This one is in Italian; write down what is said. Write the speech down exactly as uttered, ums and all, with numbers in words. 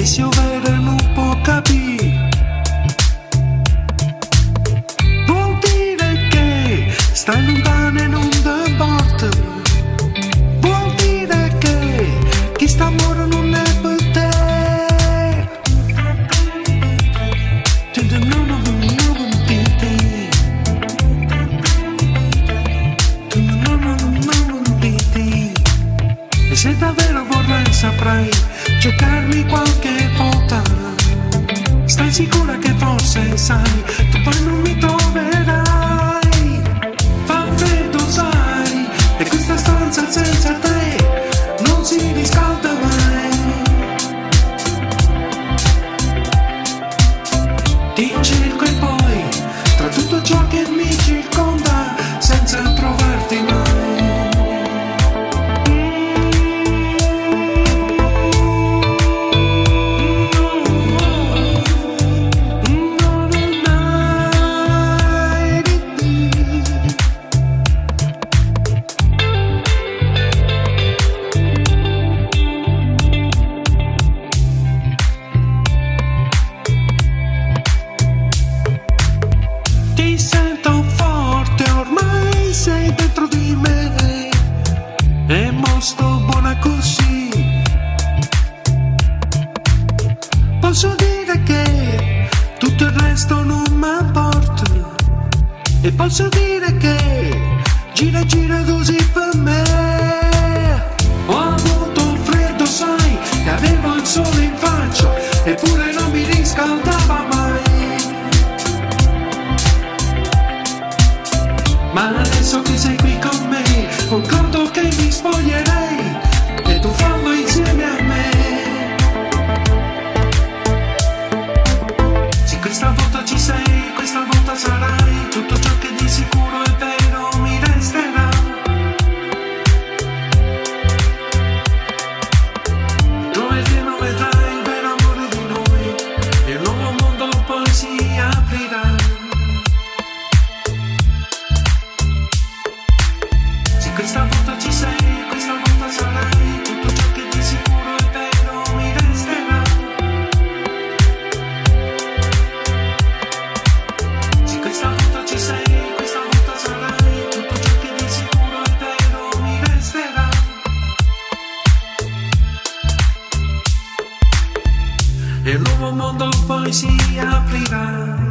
se io vero non può capire, vuol dire che stai lontano e non ti porta, vuol dire che chi sta amore non è per te. E se davvero vorrei saprei cercarmi qualche volta, stai sicura che forse sai tu poi non mi troverai. Fa freddo sai, e questa stanza senza te non si riscalda mai. Ti cerco e poi tra tutto ciò che mi circonda senza trovarti mai. Ti sento forte, ormai sei dentro di me, e mostro buona così. Posso dire che tutto il resto non mi importa, e posso dire che gira gira così per me. Ho avuto freddo sai, e avevo il sole in faccia, eppure non mi riscaldava mai. Ma adesso che sei qui con me, concordo che mi spoglierei e tu fallo insieme a me. Se questa volta ci sei, questa volta sarai, tutto ciò che di sicuro è vero mi resterà. Dove te non vedrai il vero amore di noi, e un nuovo mondo poi si aprirà. Questa volta ci sei, questa volta sarai, tutto ciò che di sicuro è vero mi resterà. Se questa volta ci sei, questa volta sarai, tutto ciò che di sicuro è vero mi resterà. E un nuovo mondo poi si aprirà.